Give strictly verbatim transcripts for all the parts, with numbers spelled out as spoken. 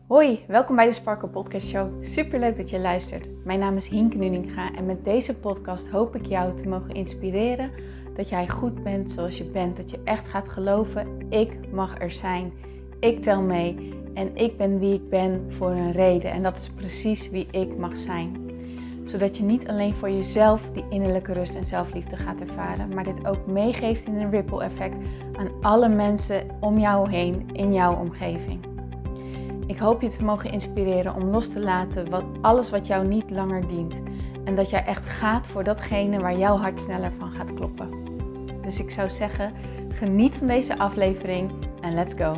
Hoi, welkom bij de Sparkle Podcast Show. Superleuk dat je luistert. Mijn naam is Hienke Nuninga en met deze podcast hoop ik jou te mogen inspireren dat jij goed bent zoals je bent. Dat je echt gaat geloven, ik mag er zijn, ik tel mee en ik ben wie ik ben voor een reden. En dat is precies wie ik mag zijn. Zodat je niet alleen voor jezelf die innerlijke rust en zelfliefde gaat ervaren, maar dit ook meegeeft in een ripple effect aan alle mensen om jou heen in jouw omgeving. Ik hoop je te mogen inspireren om los te laten wat, alles wat jou niet langer dient. En dat jij echt gaat voor datgene waar jouw hart sneller van gaat kloppen. Dus ik zou zeggen, geniet van deze aflevering en let's go.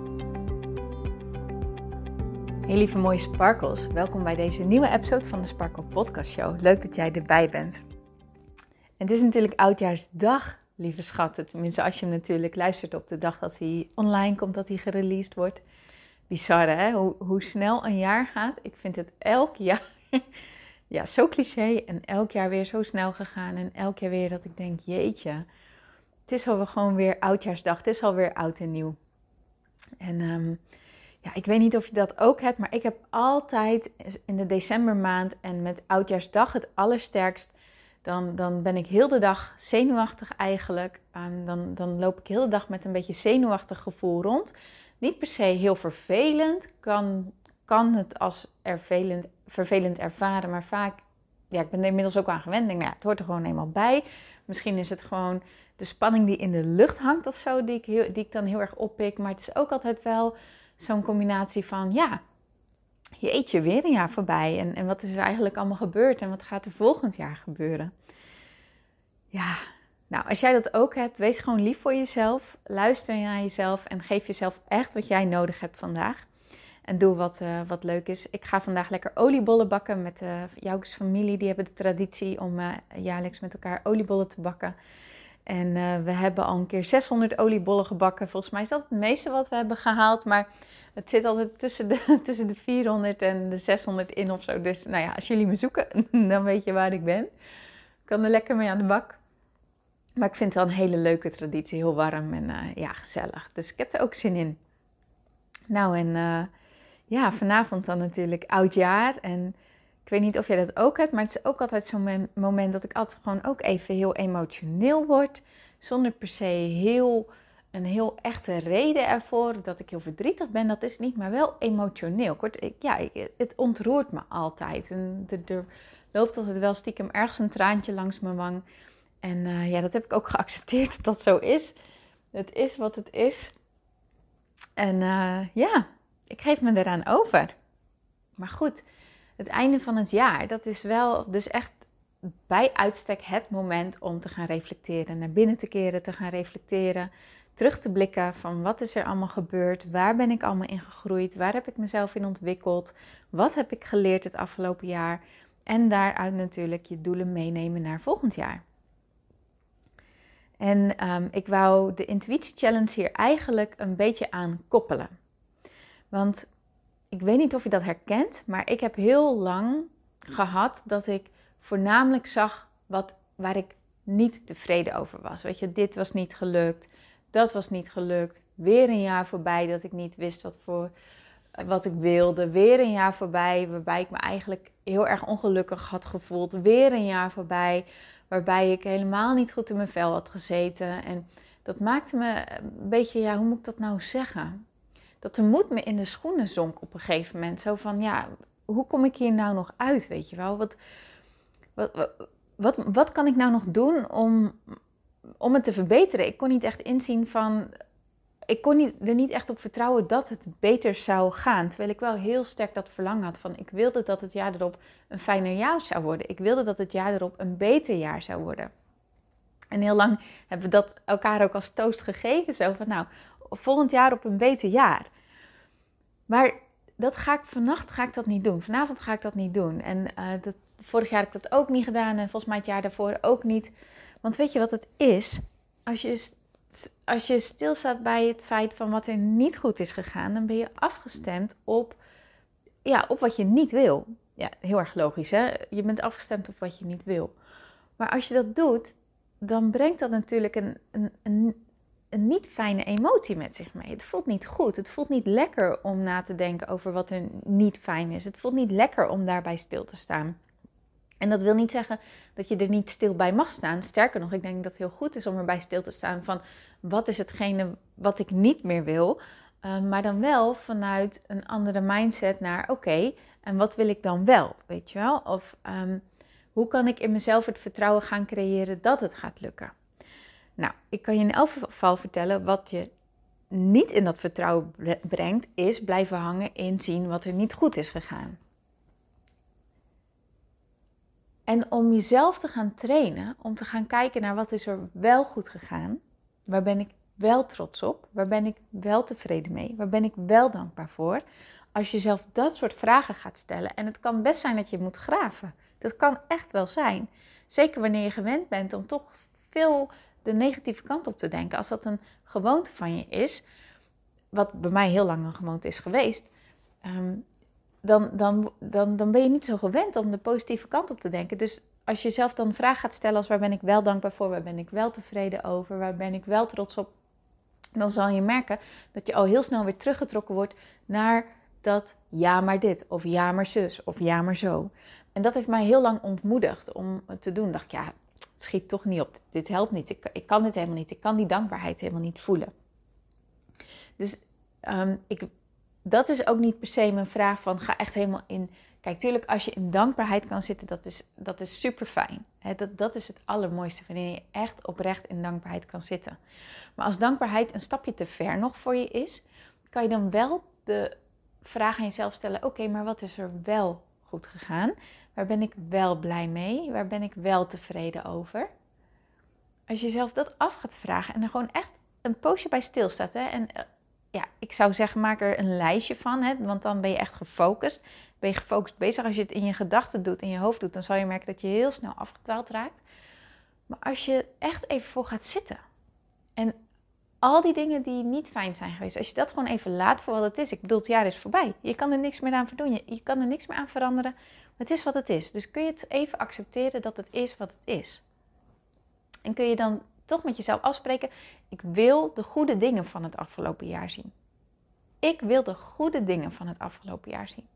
Hey lieve mooie sparkles, welkom bij deze nieuwe episode van de Sparkle Podcast Show. Leuk dat jij erbij bent. En het is natuurlijk Oudjaarsdag, lieve schatten. Tenminste, als je hem natuurlijk luistert op de dag dat hij online komt, dat hij gereleased wordt. Bizar hè, hoe, hoe snel een jaar gaat. Ik vind het elk jaar, ja zo cliché en elk jaar weer zo snel gegaan. En elk jaar weer dat ik denk, jeetje, het is alweer gewoon weer Oudjaarsdag, het is alweer oud en nieuw. En um, ja, ik weet niet of je dat ook hebt, maar ik heb altijd in de decembermaand en met Oudjaarsdag het allersterkst. Dan, dan ben ik heel de dag zenuwachtig eigenlijk. Um, dan, dan loop ik heel de dag met een beetje zenuwachtig gevoel rond. Niet per se heel vervelend, kan, kan het als vervelend, vervelend ervaren, maar vaak, ja, ik ben er inmiddels ook aan gewend, denk, nou ja, het hoort er gewoon eenmaal bij. Misschien is het gewoon de spanning die in de lucht hangt of zo, die ik, heel, die ik dan heel erg oppik, maar het is ook altijd wel zo'n combinatie van, ja, jeetje, weer een jaar voorbij en, en wat is er eigenlijk allemaal gebeurd en wat gaat er volgend jaar gebeuren? Ja. Nou, als jij dat ook hebt, wees gewoon lief voor jezelf. Luister naar jezelf en geef jezelf echt wat jij nodig hebt vandaag. En doe wat, uh, wat leuk is. Ik ga vandaag lekker oliebollen bakken met uh, Joukes familie. Die hebben de traditie om uh, jaarlijks met elkaar oliebollen te bakken. En uh, we hebben al een keer zeshonderd oliebollen gebakken. Volgens mij is dat het meeste wat we hebben gehaald. Maar het zit altijd tussen de, tussen de vierhonderd en de zeshonderd in of zo. Dus nou ja, als jullie me zoeken, dan weet je waar ik ben. Ik kan er lekker mee aan de bak. Maar ik vind het wel een hele leuke traditie, heel warm en uh, ja, gezellig. Dus ik heb er ook zin in. Nou en uh, ja, vanavond dan natuurlijk oudjaar. En ik weet niet of jij dat ook hebt, maar het is ook altijd zo'n moment dat ik altijd gewoon ook even heel emotioneel word. Zonder per se heel, een heel echte reden ervoor dat ik heel verdrietig ben. Dat is niet, maar wel emotioneel. Ik word, ik, ja, ik, het ontroert me altijd. En er, er loopt altijd wel stiekem ergens een traantje langs mijn wang. En uh, ja, dat heb ik ook geaccepteerd dat dat zo is. Het is wat het is. En uh, ja, ik geef me eraan over. Maar goed, het einde van het jaar, dat is wel dus echt bij uitstek het moment om te gaan reflecteren. Naar binnen te keren, te gaan reflecteren. Terug te blikken van wat is er allemaal gebeurd? Waar ben ik allemaal in gegroeid? Waar heb ik mezelf in ontwikkeld? Wat heb ik geleerd het afgelopen jaar? En daaruit natuurlijk je doelen meenemen naar volgend jaar. En um, ik wou de Intuïtie Challenge hier eigenlijk een beetje aan koppelen. Want ik weet niet of je dat herkent, maar ik heb heel lang gehad dat ik voornamelijk zag wat, waar ik niet tevreden over was. Weet je, dit was niet gelukt, dat was niet gelukt. Weer een jaar voorbij dat ik niet wist wat, voor, wat ik wilde. Weer een jaar voorbij waarbij ik me eigenlijk heel erg ongelukkig had gevoeld. Weer een jaar voorbij waarbij ik helemaal niet goed in mijn vel had gezeten. En dat maakte me een beetje, ja, hoe moet ik dat nou zeggen? Dat de moed me in de schoenen zonk op een gegeven moment. Zo van, ja, hoe kom ik hier nou nog uit, weet je wel? Wat, wat, wat, wat, wat kan ik nou nog doen om, om het te verbeteren? Ik kon niet echt inzien van... Ik kon niet, er niet echt op vertrouwen dat het beter zou gaan. Terwijl ik wel heel sterk dat verlangen had van... Ik wilde dat het jaar erop een fijner jaar zou worden. Ik wilde dat het jaar erop een beter jaar zou worden. En heel lang hebben we dat elkaar ook als toast gegeven. Zo van nou, volgend jaar op een beter jaar. Maar dat ga ik vannacht ga ik dat niet doen. Vanavond ga ik dat niet doen. En uh, dat, vorig jaar heb ik dat ook niet gedaan. En volgens mij het jaar daarvoor ook niet. Want weet je wat het is? Als je... Als je stilstaat bij het feit van wat er niet goed is gegaan, dan ben je afgestemd op, ja, op wat je niet wil. Ja, heel erg logisch hè. Je bent afgestemd op wat je niet wil. Maar als je dat doet, dan brengt dat natuurlijk een, een, een, een niet fijne emotie met zich mee. Het voelt niet goed. Het voelt niet lekker om na te denken over wat er niet fijn is. Het voelt niet lekker om daarbij stil te staan. En dat wil niet zeggen dat je er niet stil bij mag staan. Sterker nog, ik denk dat het heel goed is om erbij stil te staan van wat is hetgene wat ik niet meer wil. Uh, maar dan wel vanuit een andere mindset naar oké, okay, en wat wil ik dan wel, weet je wel? Of um, hoe kan ik in mezelf het vertrouwen gaan creëren dat het gaat lukken? Nou, ik kan je in elk geval vertellen wat je niet in dat vertrouwen brengt, is blijven hangen in zien wat er niet goed is gegaan. En om jezelf te gaan trainen, om te gaan kijken naar wat is er wel goed gegaan, waar ben ik wel trots op, waar ben ik wel tevreden mee, waar ben ik wel dankbaar voor. Als je jezelf dat soort vragen gaat stellen, en het kan best zijn dat je moet graven. Dat kan echt wel zijn. Zeker wanneer je gewend bent om toch veel de negatieve kant op te denken. Als dat een gewoonte van je is, wat bij mij heel lang een gewoonte is geweest, um, dan, dan, dan, dan ben je niet zo gewend om de positieve kant op te denken. Dus als je jezelf dan de vraag gaat stellen als waar ben ik wel dankbaar voor, waar ben ik wel tevreden over, waar ben ik wel trots op, dan zal je merken dat je al heel snel weer teruggetrokken wordt naar dat ja maar dit, of ja maar zus, of ja maar zo. En dat heeft mij heel lang ontmoedigd om het te doen. Ik dacht, ja, het schiet toch niet op, dit helpt niet, ik, ik kan dit helemaal niet, ik kan die dankbaarheid helemaal niet voelen. Dus um, ik, dat is ook niet per se mijn vraag van ga echt helemaal in. Kijk, tuurlijk als je in dankbaarheid kan zitten, dat is, dat is super fijn. He, dat, dat is het allermooiste, wanneer je echt oprecht in dankbaarheid kan zitten. Maar als dankbaarheid een stapje te ver nog voor je is, kan je dan wel de vraag aan jezelf stellen, oké, okay, maar wat is er wel goed gegaan? Waar ben ik wel blij mee? Waar ben ik wel tevreden over? Als je jezelf dat af gaat vragen en er gewoon echt een poosje bij stilstaat. Hè? En uh, ja, ik zou zeggen, maak er een lijstje van. Hè? Want dan ben je echt gefocust. Ben je gefocust bezig. Als je het in je gedachten doet, in je hoofd doet, dan zal je merken dat je heel snel afgedwaald raakt. Maar als je echt even voor gaat zitten. En al die dingen die niet fijn zijn geweest, als je dat gewoon even laat voor wat het is. Ik bedoel, het jaar is voorbij. Je kan er niks meer aan verdoen. Je, je kan er niks meer aan veranderen. Maar het is wat het is. Dus kun je het even accepteren dat het is wat het is. En kun je dan toch met jezelf afspreken, ik wil de goede dingen van het afgelopen jaar zien. Ik wil de goede dingen van het afgelopen jaar zien.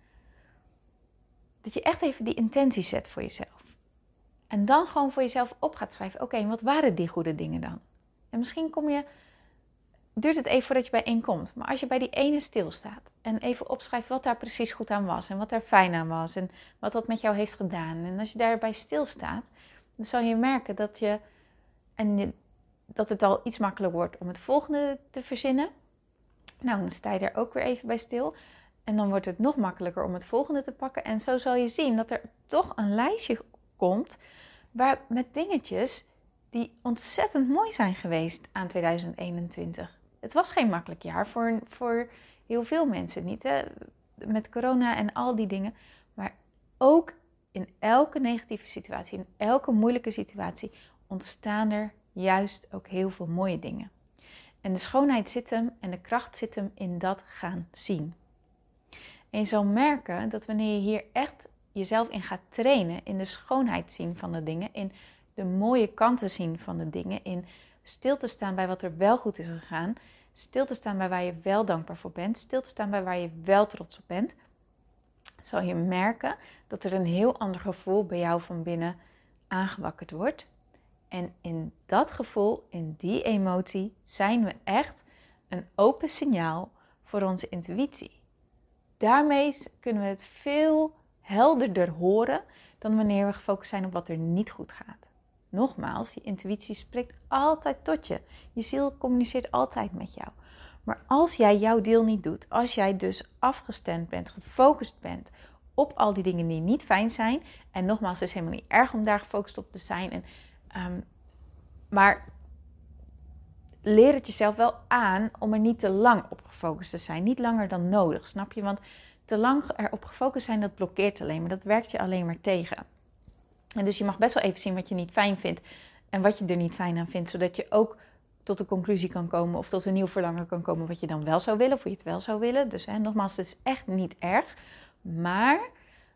Dat je echt even die intentie zet voor jezelf. En dan gewoon voor jezelf op gaat schrijven, oké, okay, wat waren die goede dingen dan? En misschien kom je, duurt het even voordat je bij één komt. Maar als je bij die ene stilstaat en even opschrijft wat daar precies goed aan was. En wat er fijn aan was. En wat dat met jou heeft gedaan. En als je daarbij stilstaat, dan zal je merken dat je, en je, dat het al iets makkelijker wordt om het volgende te verzinnen. Nou, dan sta je er ook weer even bij stil. En dan wordt het nog makkelijker om het volgende te pakken. En zo zal je zien dat er toch een lijstje komt waar, met dingetjes die ontzettend mooi zijn geweest aan tweeduizend eenentwintig. Het was geen makkelijk jaar voor, voor heel veel mensen niet, hè? Met corona en al die dingen. Maar ook in elke negatieve situatie, in elke moeilijke situatie ontstaan er juist ook heel veel mooie dingen. En de schoonheid zit hem en de kracht zit hem in dat gaan zien. En je zal merken dat wanneer je hier echt jezelf in gaat trainen, in de schoonheid zien van de dingen, in de mooie kanten zien van de dingen, in stil te staan bij wat er wel goed is gegaan, stil te staan bij waar je wel dankbaar voor bent, stil te staan bij waar je wel trots op bent, zal je merken dat er een heel ander gevoel bij jou van binnen aangewakkerd wordt. En in dat gevoel, in die emotie, zijn we echt een open signaal voor onze intuïtie. Daarmee kunnen we het veel helderder horen dan wanneer we gefocust zijn op wat er niet goed gaat. Nogmaals, die intuïtie spreekt altijd tot je. Je ziel communiceert altijd met jou. Maar als jij jouw deel niet doet, als jij dus afgestemd bent, gefocust bent op al die dingen die niet fijn zijn, en nogmaals, het is helemaal niet erg om daar gefocust op te zijn, en, um, maar leer het jezelf wel aan om er niet te lang op gefocust te zijn. Niet langer dan nodig, snap je? Want te lang erop gefocust zijn, dat blokkeert alleen maar. Dat werkt je alleen maar tegen. En dus je mag best wel even zien wat je niet fijn vindt en wat je er niet fijn aan vindt, zodat je ook tot de conclusie kan komen of tot een nieuw verlangen kan komen wat je dan wel zou willen of hoe je het wel zou willen. Dus hè, nogmaals, het is echt niet erg. Maar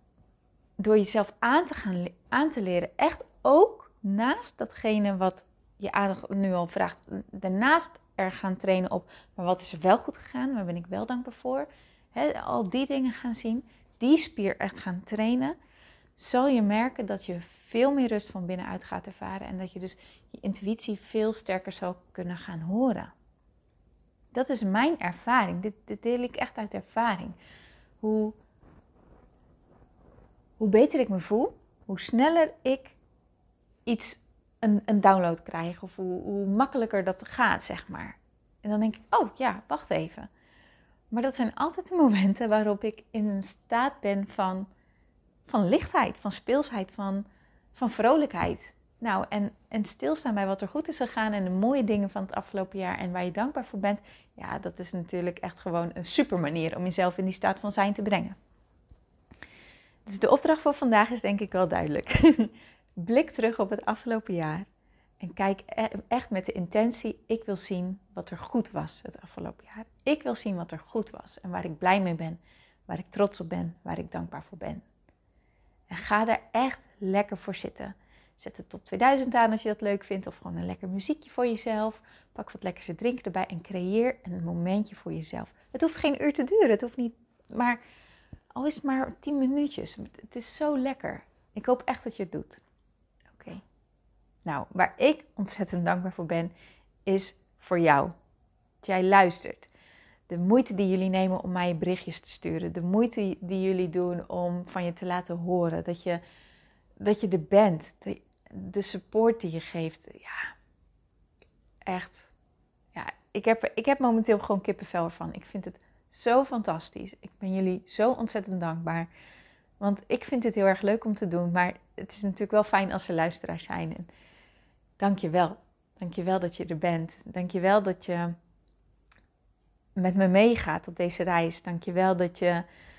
door jezelf aan te gaan aan te leren, echt ook naast datgene wat je aandacht nu al vraagt. Daarnaast er gaan trainen op, maar wat is er wel goed gegaan? Waar ben ik wel dankbaar voor? He, al die dingen gaan zien, die spier echt gaan trainen, zal je merken dat je veel meer rust van binnenuit gaat ervaren. En dat je dus je intuïtie veel sterker zal kunnen gaan horen. Dat is mijn ervaring. Dit, dit deel ik echt uit ervaring. Hoe, hoe beter ik me voel, hoe sneller ik iets, een, een download krijg. Of hoe, hoe makkelijker dat gaat, zeg maar. En dan denk ik, oh ja, wacht even. Maar dat zijn altijd de momenten waarop ik in een staat ben van, van lichtheid, van speelsheid, van, van vrolijkheid. Nou, en, en stilstaan bij wat er goed is gegaan en de mooie dingen van het afgelopen jaar en waar je dankbaar voor bent. Ja, dat is natuurlijk echt gewoon een super manier om jezelf in die staat van zijn te brengen. Dus de opdracht voor vandaag is denk ik wel duidelijk. Blik terug op het afgelopen jaar en kijk echt met de intentie, ik wil zien wat er goed was het afgelopen jaar. Ik wil zien wat er goed was en waar ik blij mee ben, waar ik trots op ben, waar ik dankbaar voor ben. En ga daar echt lekker voor zitten. Zet de top tweeduizend aan als je dat leuk vindt. Of gewoon een lekker muziekje voor jezelf. Pak wat lekkers te drinken erbij. En creëer een momentje voor jezelf. Het hoeft geen uur te duren. Het hoeft niet, maar al is het maar tien minuutjes. Het is zo lekker. Ik hoop echt dat je het doet. Oké. Okay. Nou, waar ik ontzettend dankbaar voor ben, is voor jou. Dat jij luistert. De moeite die jullie nemen om mij berichtjes te sturen. De moeite die jullie doen om van je te laten horen. Dat je... Dat je er bent, de, de support die je geeft, ja, echt, ja, ik heb, ik heb momenteel gewoon kippenvel ervan. Ik vind het zo fantastisch. Ik ben jullie zo ontzettend dankbaar, want ik vind het heel erg leuk om te doen, maar het is natuurlijk wel fijn als er luisteraars zijn. En dank je wel, dank je wel dat je er bent. Dank je wel dat je met me meegaat op deze reis. Dank je wel dat je,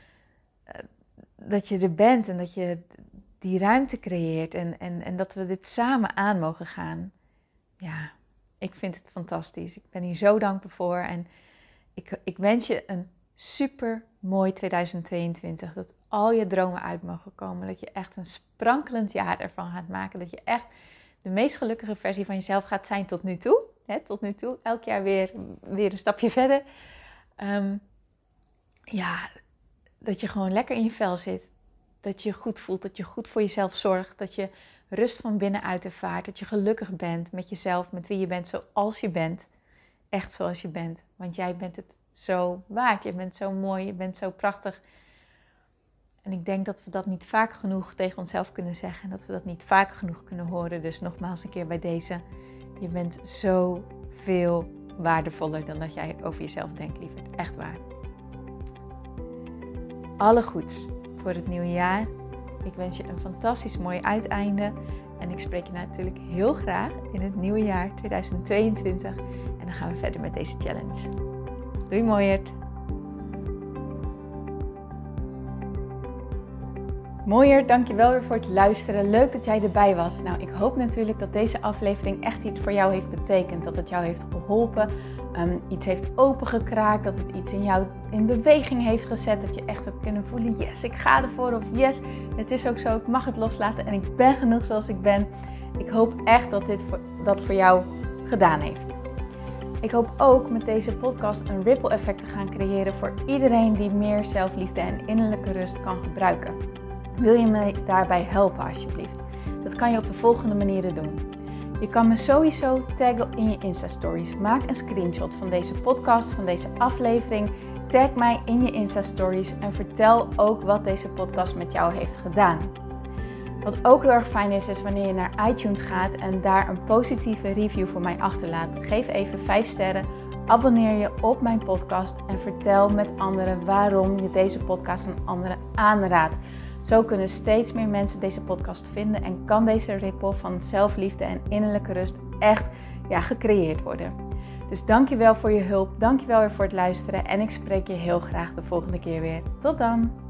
dat je er bent en dat je die ruimte creëert en, en, en dat we dit samen aan mogen gaan. Ja, ik vind het fantastisch. Ik ben hier zo dankbaar voor. En ik, ik wens je een super mooi tweeduizend tweeëntwintig. Dat al je dromen uit mogen komen. Dat je echt een sprankelend jaar ervan gaat maken. Dat je echt de meest gelukkige versie van jezelf gaat zijn tot nu toe. He, tot nu toe. Elk jaar weer, weer een stapje verder. Um, ja, dat je gewoon lekker in je vel zit. Dat je je goed voelt, dat je goed voor jezelf zorgt, dat je rust van binnenuit ervaart, dat je gelukkig bent met jezelf, met wie je bent, zoals je bent. Echt zoals je bent, want jij bent het zo waard. Je bent zo mooi, je bent zo prachtig. En ik denk dat we dat niet vaak genoeg tegen onszelf kunnen zeggen en dat we dat niet vaak genoeg kunnen horen. Dus nogmaals een keer bij deze, je bent zo veel waardevoller dan dat jij over jezelf denkt, lieverd. Echt waar. Alle goeds voor het nieuwe jaar. Ik wens je een fantastisch mooi uiteinde. En ik spreek je natuurlijk heel graag in het nieuwe jaar tweeduizend tweeëntwintig. En dan gaan we verder met deze challenge. Doei mooierd! Mooier, dankjewel weer voor het luisteren. Leuk dat jij erbij was. Nou, ik hoop natuurlijk dat deze aflevering echt iets voor jou heeft betekend. Dat het jou heeft geholpen, um, iets heeft opengekraakt, dat het iets in jou in beweging heeft gezet. Dat je echt hebt kunnen voelen, yes, ik ga ervoor. Of yes, het is ook zo, ik mag het loslaten en ik ben genoeg zoals ik ben. Ik hoop echt dat dit voor, dat voor jou gedaan heeft. Ik hoop ook met deze podcast een ripple effect te gaan creëren voor iedereen die meer zelfliefde en innerlijke rust kan gebruiken. Wil je me daarbij helpen alsjeblieft? Dat kan je op de volgende manieren doen. Je kan me sowieso taggen in je Insta-stories. Maak een screenshot van deze podcast, van deze aflevering. Tag mij in je Insta-stories en vertel ook wat deze podcast met jou heeft gedaan. Wat ook heel erg fijn is, is wanneer je naar iTunes gaat en daar een positieve review voor mij achterlaat. Geef even vijf sterren, abonneer je op mijn podcast en vertel met anderen waarom je deze podcast aan anderen aanraadt. Zo kunnen steeds meer mensen deze podcast vinden en kan deze ripple van zelfliefde en innerlijke rust echt ja, gecreëerd worden. Dus dankjewel voor je hulp, dankjewel weer voor het luisteren en ik spreek je heel graag de volgende keer weer. Tot dan!